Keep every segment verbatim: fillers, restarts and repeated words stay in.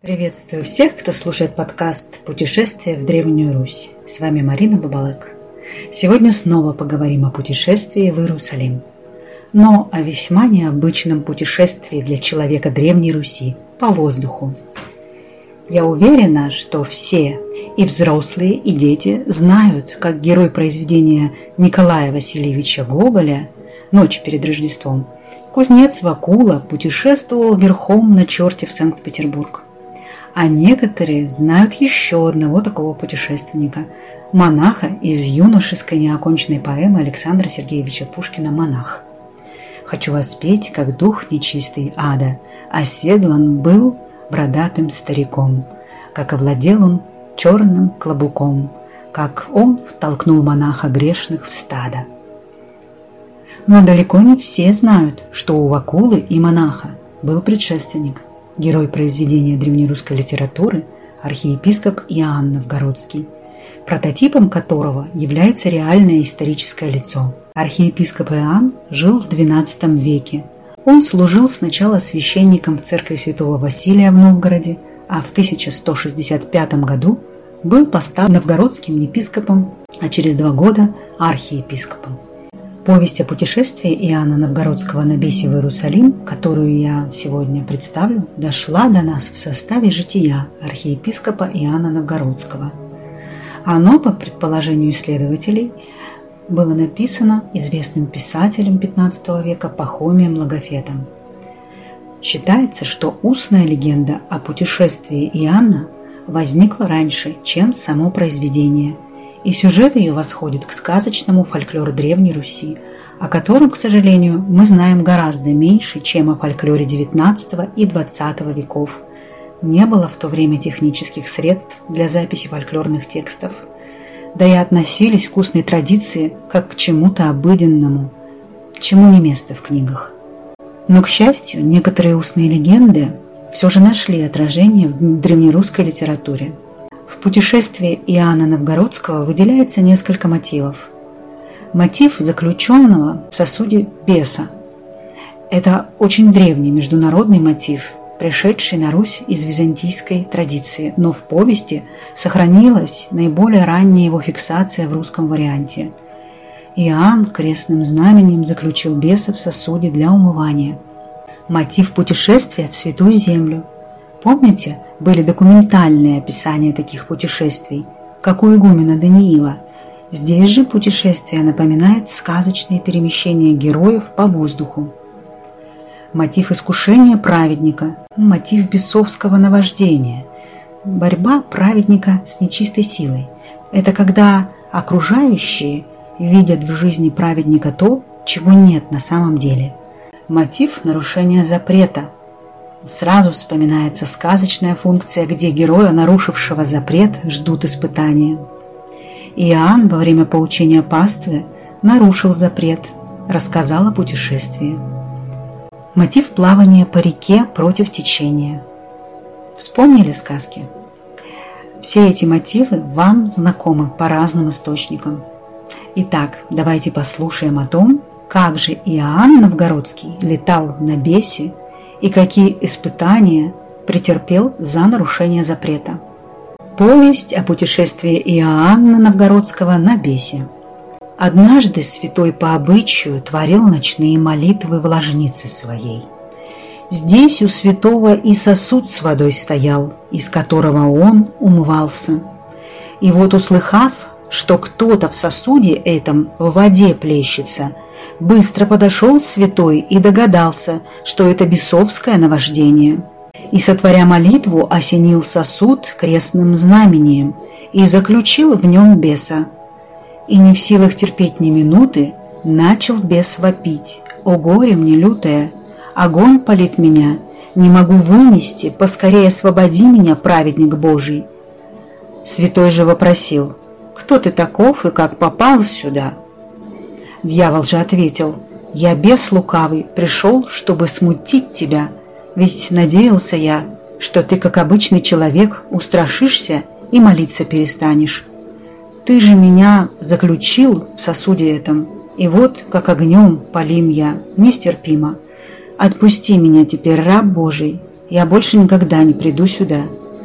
Приветствую всех, кто слушает подкаст «Путешествие в Древнюю Русь». С вами Марина Бабалык. Сегодня снова поговорим о путешествии в Иерусалим, но о весьма необычном путешествии для человека Древней Руси по воздуху. Я уверена, что все, и взрослые, и дети, знают, как герой произведения Николая Васильевича Гоголя «Ночь перед Рождеством» кузнец Вакула путешествовал верхом на черте в Санкт-Петербург. А некоторые знают еще одного такого путешественника – монаха из юношеской неоконченной поэмы Александра Сергеевича Пушкина «Монах». Хочу воспеть, как дух нечистый ада, оседлан был бородатым стариком, как овладел он черным клобуком, как он втолкнул монаха грешных в стадо. Но далеко не все знают, что у Вакулы и монаха был предшественник, герой произведения древнерусской литературы, архиепископ Иоанн Новгородский, прототипом которого является реальное историческое лицо. Архиепископ Иоанн жил в двенадцатом веке. Он служил сначала священником в церкви святого Василия в Новгороде, а в тысяча сто шестьдесят пятом году был поставлен новгородским епископом, а через два года архиепископом. Повесть о путешествии Иоанна Новгородского на бесе в Иерусалим, которую я сегодня представлю, дошла до нас в составе жития архиепископа Иоанна Новгородского. Оно, по предположению исследователей, было написано известным писателем пятнадцатого века Пахомием Логофетом. Считается, что устная легенда о путешествии Иоанна возникла раньше, чем само произведение, и сюжет ее восходит к сказочному фольклору Древней Руси, о котором, к сожалению, мы знаем гораздо меньше, чем о фольклоре девятнадцатого и двадцатого веков. Не было в то время технических средств для записи фольклорных текстов, да и относились к устной традиции как к чему-то обыденному, чему не место в книгах. Но, к счастью, некоторые устные легенды все же нашли отражение в древнерусской литературе. В путешествии Иоанна Новгородского выделяется несколько мотивов. Мотив заключенного в сосуде беса. Это очень древний международный мотив, пришедший на Русь из византийской традиции, но в повести сохранилась наиболее ранняя его фиксация в русском варианте. Иоанн крестным знаменем заключил беса в сосуде для умывания. Мотив путешествия в Святую Землю. Помните, были документальные описания таких путешествий, как у игумена Даниила. Здесь же путешествие напоминает сказочные перемещения героев по воздуху. Мотив искушения праведника, мотив бесовского наваждения, борьба праведника с нечистой силой. Это когда окружающие видят в жизни праведника то, чего нет на самом деле. Мотив нарушения запрета. Сразу вспоминается сказочная функция, где героя, нарушившего запрет, ждут испытания. Иоанн во время поучения паствы нарушил запрет, рассказал о путешествии. Мотив плавания по реке против течения. Вспомнили сказки? Все эти мотивы вам знакомы по разным источникам. Итак, давайте послушаем о том, как же Иоанн Новгородский летал на бесе и какие испытания претерпел за нарушение запрета. Повесть о путешествии Иоанна Новгородского на бесе. Однажды святой по обычаю творил ночные молитвы в ложнице своей. Здесь у святого и сосуд с водой стоял, из которого он умывался. И вот, услыхав, что кто-то в сосуде этом в воде плещется, быстро подошел святой и догадался, что это бесовское наваждение. И, сотворя молитву, осенил сосуд крестным знамением и заключил в нем беса. И не в силах терпеть ни минуты, начал бес вопить: «О горе мне лютое! Огонь палит меня! Не могу вынести! Поскорее освободи меня, праведник Божий!» Святой же вопросил: «Кто ты таков и как попал сюда?» Дьявол же ответил: «Я бес лукавый, пришел, чтобы смутить тебя, ведь надеялся я, что ты, как обычный человек, устрашишься и молиться перестанешь. Ты же меня заключил в сосуде этом, и вот, как огнем палим я, нестерпимо. Отпусти меня теперь, раб Божий, я больше никогда не приду сюда».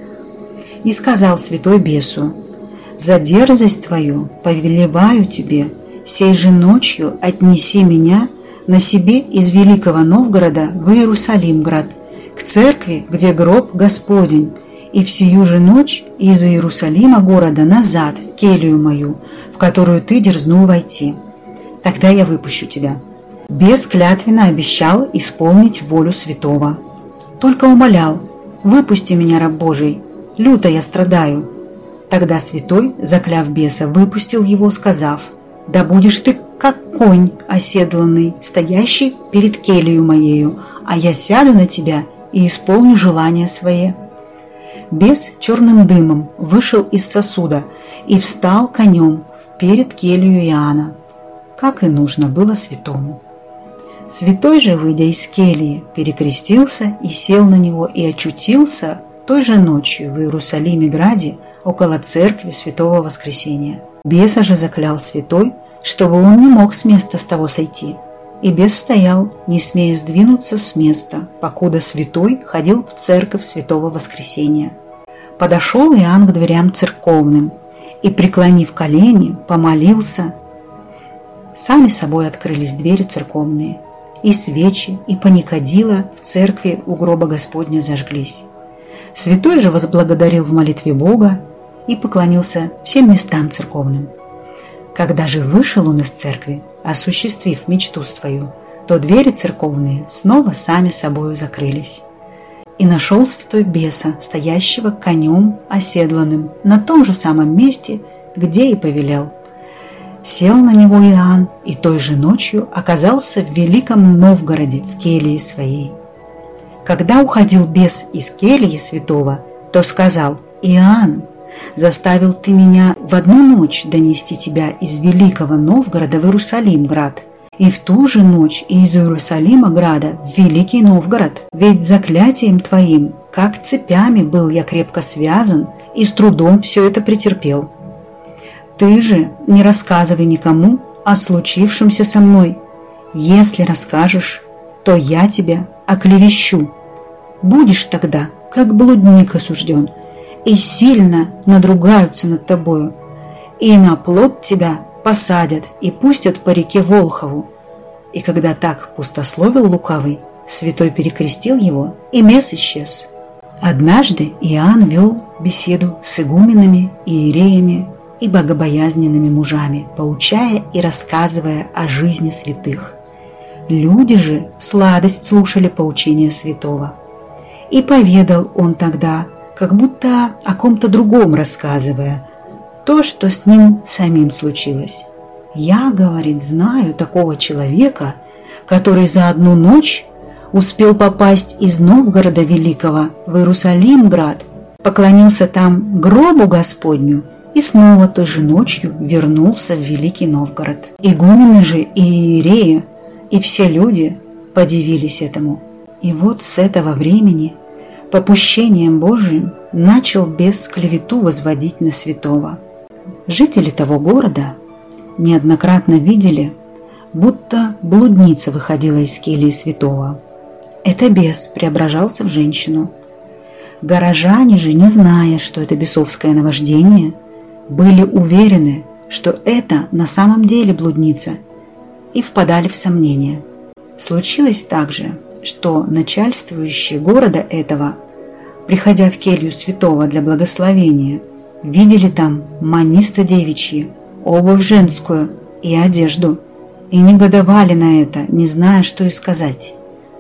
И сказал святой бесу: «За дерзость твою повелеваю тебе, сей же ночью отнеси меня на себе из Великого Новгорода в Иерусалимград, к церкви, где гроб Господень, и в сию же ночь из Иерусалима города назад в келью мою, в которую ты дерзнул войти. Тогда я выпущу тебя». Бес клятвенно обещал исполнить волю святого. Только умолял: «Выпусти меня, раб Божий, люто я страдаю». Тогда святой, закляв беса, выпустил его, сказав: «Да будешь ты, как конь оседланный, стоящий перед келью моею, а я сяду на тебя и исполню желания свои». Бес черным дымом вышел из сосуда и встал конем перед келью Иоанна, как и нужно было святому. Святой же, выйдя из кельи, перекрестился и сел на него и очутился той же ночью в Иерусалиме-граде около церкви Святого Воскресения. Беса же заклял святой, чтобы он не мог с места с того сойти. И бес стоял, не смея сдвинуться с места, покуда святой ходил в церковь Святого Воскресения. Подошел Иоанн к дверям церковным и, преклонив колени, помолился. Сами собой открылись двери церковные, и свечи, и паникадила в церкви у гроба Господня зажглись. Святой же возблагодарил в молитве Бога и поклонился всем местам церковным. Когда же вышел он из церкви, осуществив мечту свою, то двери церковные снова сами собою закрылись. И нашел святой беса, стоящего конем оседланным, на том же самом месте, где и повелел. Сел на него Иоанн, и той же ночью оказался в Великом Новгороде в келье своей. Когда уходил бес из кельи святого, то сказал: «Иоанн, заставил ты меня в одну ночь донести тебя из Великого Новгорода в Иерусалим-град, и в ту же ночь из Иерусалима-града в Великий Новгород. Ведь заклятием твоим, как цепями, был я крепко связан и с трудом все это претерпел. Ты же не рассказывай никому о случившемся со мной. Если расскажешь, то я тебя оклевещу. Будешь тогда, как блудник осужден, и сильно надругаются над тобою, и на плот тебя посадят и пустят по реке Волхову». И когда так пустословил лукавый, святой перекрестил его, и бес исчез. Однажды Иоанн вел беседу с игуменами, иереями и богобоязненными мужами, поучая и рассказывая о жизни святых. Люди же в сладость слушали поучения святого. И поведал он тогда, как будто о ком-то другом рассказывая, то, что с ним самим случилось. «Я, — говорит, — знаю такого человека, который за одну ночь успел попасть из Новгорода Великого в Иерусалим-град, поклонился там гробу Господню и снова той же ночью вернулся в Великий Новгород. Игумены же и иереи, и все люди подивились этому. И вот с этого времени попущением Божиим начал бес клевету возводить на святого. Жители того города неоднократно видели, будто блудница выходила из кельи святого. Это бес преображался в женщину. Горожане же, не зная, что это бесовское наваждение, были уверены, что это на самом деле блудница, и впадали в сомнения. Случилось также, что начальствующие города этого, приходя в келью святого для благословения, видели там маниста девичьи, обувь женскую и одежду, и негодовали на это, не зная, что и сказать.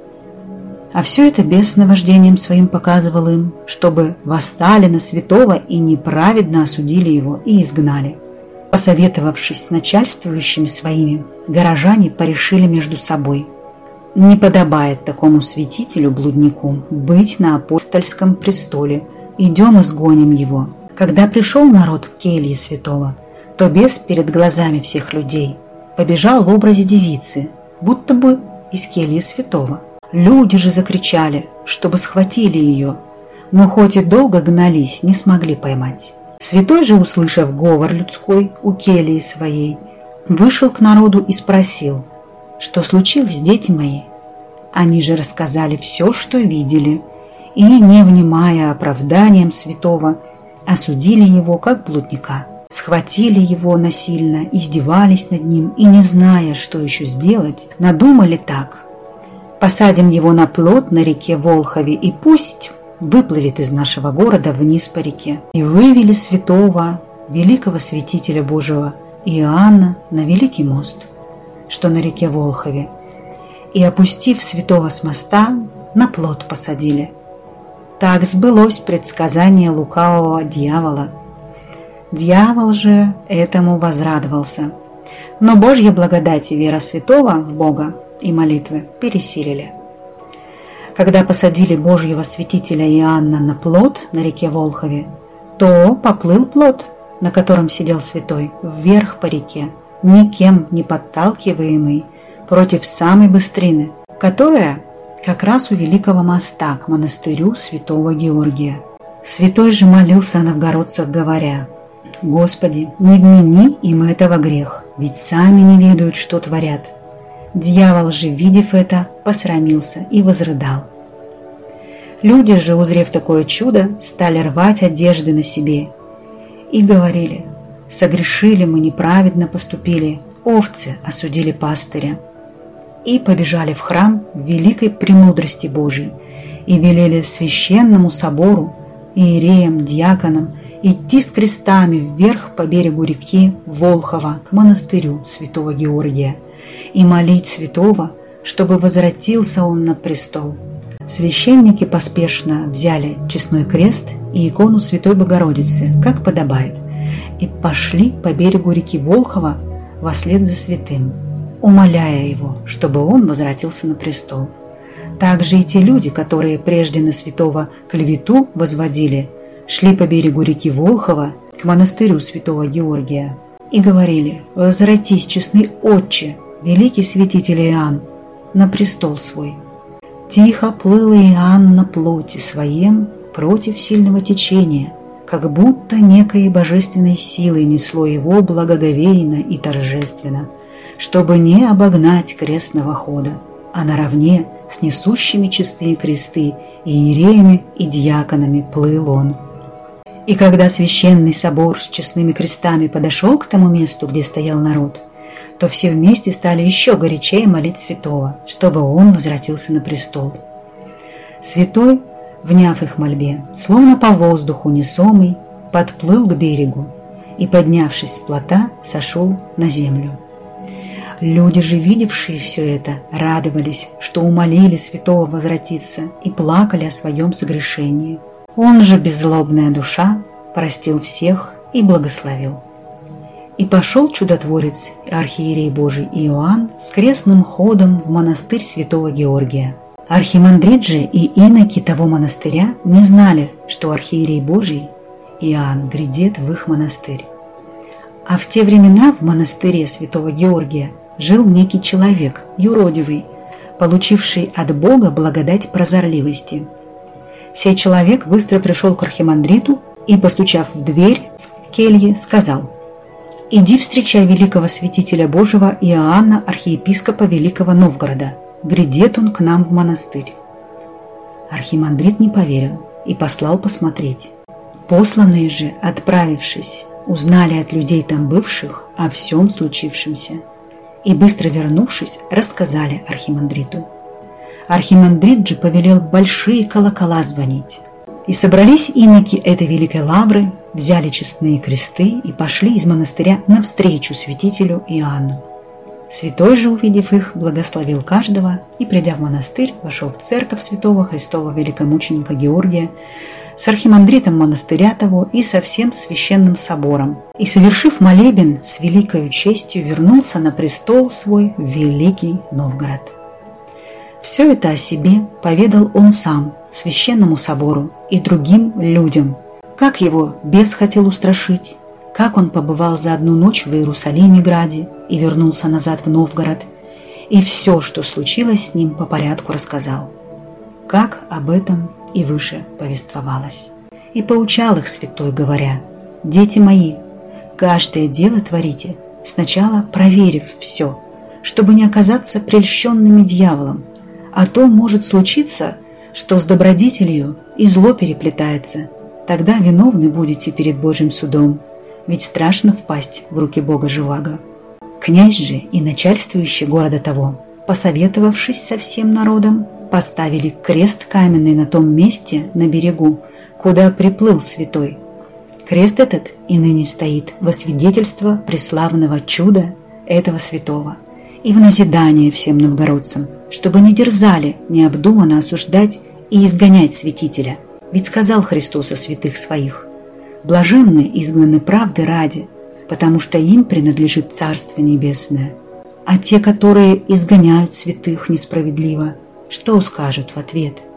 А все это бес с наваждением своим показывал им, чтобы восстали на святого и неправедно осудили его и изгнали. Посоветовавшись с начальствующими своими, горожане порешили между собой: не подобает такому святителю-блуднику быть на апостольском престоле, идем изгоним его. Когда пришел народ в кельи святого, то бес перед глазами всех людей побежал в образе девицы, будто бы из кельи святого. Люди же закричали, чтобы схватили ее, но хоть и долго гнались, не смогли поймать. Святой же, услышав говор людской у кельи своей, вышел к народу и спросил: «Что случилось, дети мои?» Они же рассказали все, что видели, и, не внимая оправданиям святого, осудили его как блудника. Схватили его насильно, издевались над ним и, не зная, что еще сделать, надумали так: посадим его на плот на реке Волхове, и пусть выплывет из нашего города вниз по реке. И вывели святого, великого святителя Божьего Иоанна, на великий мост, что на реке Волхове, и, опустив святого с моста, на плот посадили. Так сбылось предсказание лукавого дьявола. Дьявол же этому возрадовался, но Божья благодать и вера святого в Бога и молитвы пересилили. Когда посадили Божьего святителя Иоанна на плот на реке Волхове, то поплыл плот, на котором сидел святой, вверх по реке, никем не подталкиваемый, против самой быстрины, которая как раз у великого моста к монастырю святого Георгия. Святой же молился о новгородцах, говоря: «Господи, не вмени им этого грех, ведь сами не ведают, что творят». Дьявол же, видев это, посрамился и возрыдал. Люди же, узрев такое чудо, стали рвать одежды на себе и говорили: «Согрешили мы, неправедно поступили, овцы осудили пастыря». И побежали в храм в великой премудрости Божией и велели священному собору, иереям, диаконам идти с крестами вверх по берегу реки Волхова к монастырю святого Георгия и молить святого, чтобы возвратился он на престол. Священники поспешно взяли честной крест и икону Святой Богородицы, как подобает, и пошли по берегу реки Волхова вослед за святым, умоляя его, чтобы он возвратился на престол. Также и те люди, которые прежде на святого клевету возводили, шли по берегу реки Волхова к монастырю святого Георгия и говорили: «Возвратись, честный отче, великий святитель Иоанн, на престол свой». Тихо плыл Иоанн на плоти своем против сильного течения, как будто некой божественной силой несло его благоговейно и торжественно, чтобы не обогнать крестного хода, а наравне с несущими чистые кресты иереями и диаконами плыл он. И когда священный собор с честными крестами подошел к тому месту, где стоял народ, то все вместе стали еще горячее молить святого, чтобы он возвратился на престол. Святой, вняв их мольбе, словно по воздуху несомый, подплыл к берегу и, поднявшись с плота, сошел на землю. Люди же, видевшие все это, радовались, что умолили святого возвратиться, и плакали о своем согрешении. Он же, беззлобная душа, простил всех и благословил. И пошел чудотворец, архиерей Божий Иоанн, с крестным ходом в монастырь святого Георгия. Архимандрит же и иноки того монастыря не знали, что архиерей Божий Иоанн грядет в их монастырь. А в те времена в монастыре святого Георгия жил некий человек, юродивый, получивший от Бога благодать прозорливости. Сей человек быстро пришел к архимандриту и, постучав в дверь кельи, сказал: «Иди встречай великого святителя Божьего Иоанна, архиепископа Великого Новгорода. Грядет он к нам в монастырь». Архимандрит не поверил и послал посмотреть. Посланные же, отправившись, узнали от людей там бывших о всем случившемся и, быстро вернувшись, рассказали архимандриту. Архимандрит же повелел большие колокола звонить. И собрались иноки этой великой лавры, взяли честные кресты и пошли из монастыря навстречу святителю Иоанну. Святой же, увидев их, благословил каждого и, придя в монастырь, вошел в церковь святого Христова великомученика Георгия с архимандритом монастыря того и со всем священным собором. И, совершив молебен, с великою честью вернулся на престол свой в Великий Новгород. Все это о себе поведал он сам священному собору и другим людям, как его бес хотел устрашить, как он побывал за одну ночь в Иерусалиме граде и вернулся назад в Новгород, и все, что случилось с ним, по порядку рассказал, как об этом и выше повествовалось. И поучал их святой, говоря: «Дети мои, каждое дело творите, сначала проверив все, чтобы не оказаться прельщенными дьяволом, а то может случиться, что с добродетелью и зло переплетается, тогда виновны будете перед Божьим судом, ведь страшно впасть в руки Бога живаго. Князь же и начальствующий города того, посоветовавшись со всем народом, поставили крест каменный на том месте на берегу, куда приплыл святой. Крест этот и ныне стоит во свидетельство преславного чуда этого святого и в назидание всем новгородцам, чтобы не дерзали необдуманно осуждать и изгонять святителя. Ведь сказал Христос о святых своих: «Блаженны изгнаны правды ради, потому что им принадлежит Царство Небесное». А те, которые изгоняют святых несправедливо, что скажут в ответ?